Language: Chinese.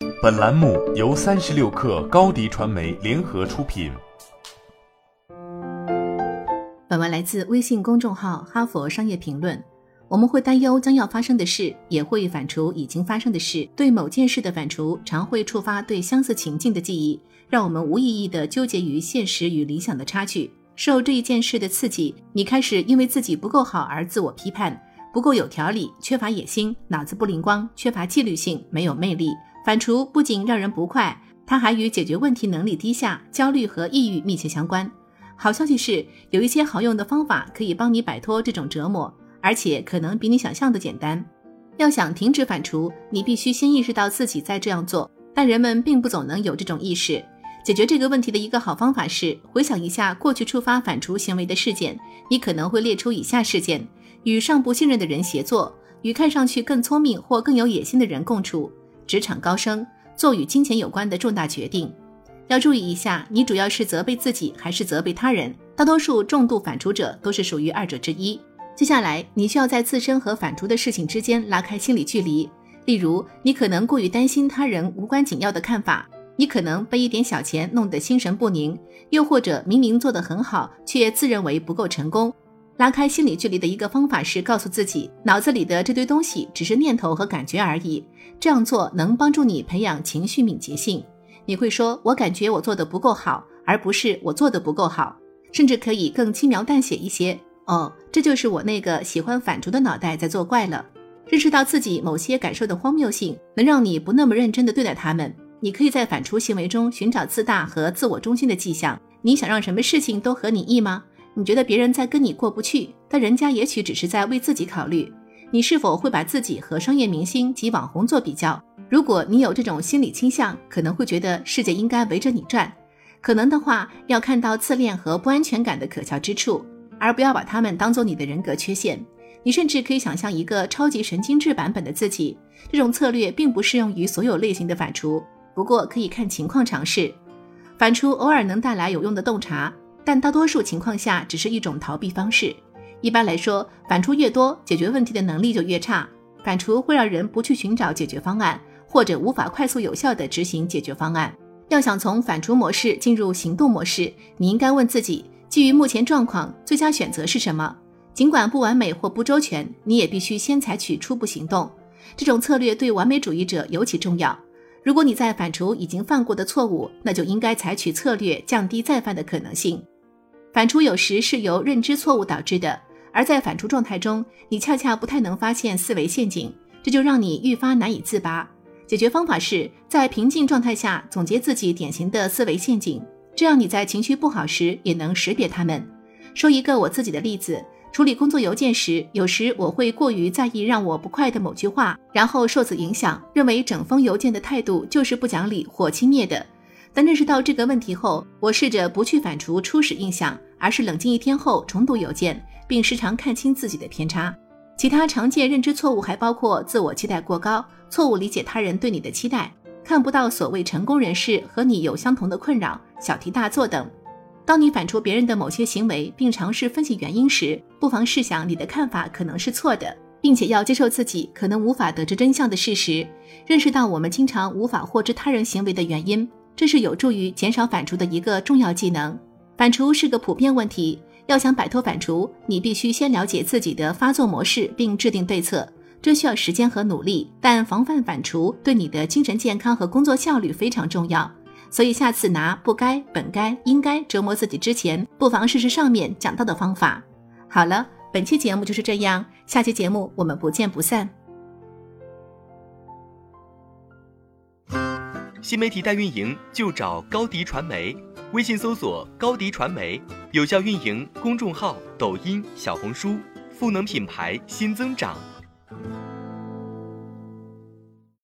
本栏目由36氪高迪传媒联合出品。 本文来自微信公众号哈佛商业评论。我们会担忧将要发生的事，也会反刍已经发生的事。对某件事的反刍常会触发对相似情境的记忆，让我们无意义地纠结于现实与理想的差距。受这一件事的刺激，你开始因为自己不够好而自我批判，不够有条理，缺乏野心，脑子不灵光，缺乏纪律性，没有魅力。反刍不仅让人不快，它还与解决问题能力低下、焦虑和抑郁密切相关。好消息是，有一些好用的方法可以帮你摆脱这种折磨，而且可能比你想象的简单。要想停止反刍，你必须先意识到自己在这样做，但人们并不总能有这种意识。解决这个问题的一个好方法是回想一下过去触发反刍行为的事件，你可能会列出以下事件：与尚不信任的人协作，与看上去更聪明或更有野心的人共处，职场高升，做与金钱有关的重大决定。要注意一下，你主要是责备自己还是责备他人？大多数重度反刍者都是属于二者之一。接下来，你需要在自身和反刍的事情之间拉开心理距离。例如，你可能过于担心他人无关紧要的看法，你可能被一点小钱弄得心神不宁，又或者明明做得很好，却自认为不够成功。拉开心理距离的一个方法是告诉自己，脑子里的这堆东西只是念头和感觉而已。这样做能帮助你培养情绪敏捷性。你会说，我感觉我做得不够好，而不是我做得不够好。甚至可以更轻描淡写一些，这就是我那个喜欢反刍的脑袋在作怪了。认识到自己某些感受的荒谬性，能让你不那么认真地对待他们。你可以在反刍行为中寻找自大和自我中心的迹象。你想让什么事情都合你意吗？你觉得别人在跟你过不去，但人家也许只是在为自己考虑。你是否会把自己和商业明星及网红做比较？如果你有这种心理倾向，可能会觉得世界应该围着你转。可能的话，要看到自恋和不安全感的可笑之处，而不要把它们当作你的人格缺陷。你甚至可以想象一个超级神经质版本的自己。这种策略并不适用于所有类型的反刍，不过可以看情况尝试。反刍偶尔能带来有用的洞察，但大多数情况下只是一种逃避方式。一般来说，反刍越多，解决问题的能力就越差。反刍会让人不去寻找解决方案，或者无法快速有效地执行解决方案。要想从反刍模式进入行动模式，你应该问自己，基于目前状况，最佳选择是什么？尽管不完美或不周全，你也必须先采取初步行动。这种策略对完美主义者尤其重要。如果你在反刍已经犯过的错误，那就应该采取策略降低再犯的可能性。反刍有时是由认知错误导致的，而在反刍状态中，你恰恰不太能发现思维陷阱，这就让你愈发难以自拔。解决方法是在平静状态下总结自己典型的思维陷阱，这样你在情绪不好时也能识别它们。说一个我自己的例子，处理工作邮件时，有时我会过于在意让我不快的某句话，然后受此影响，认为整封邮件的态度就是不讲理或轻蔑的。但认识到这个问题后，我试着不去反刍初始印象，而是冷静一天后重读邮件，并时常看清自己的偏差。其他常见认知错误还包括自我期待过高，错误理解他人对你的期待，看不到所谓成功人士和你有相同的困扰，小题大做等。当你反刍别人的某些行为并尝试分析原因时，不妨试想你的看法可能是错的，并且要接受自己可能无法得知真相的事实，认识到我们经常无法获知他人行为的原因，这是有助于减少反刍的一个重要技能。反刍是个普遍问题，要想摆脱反刍，你必须先了解自己的发作模式并制定对策，这需要时间和努力，但防范反刍对你的精神健康和工作效率非常重要。所以下次拿不该、本该、应该折磨自己之前，不妨试试上面讲到的方法。好了，本期节目就是这样，下期节目我们不见不散。 新媒体代运营就找高迪传媒，微信搜索高迪传媒，有效运营公众号、抖音、小红书，赋能品牌新增长。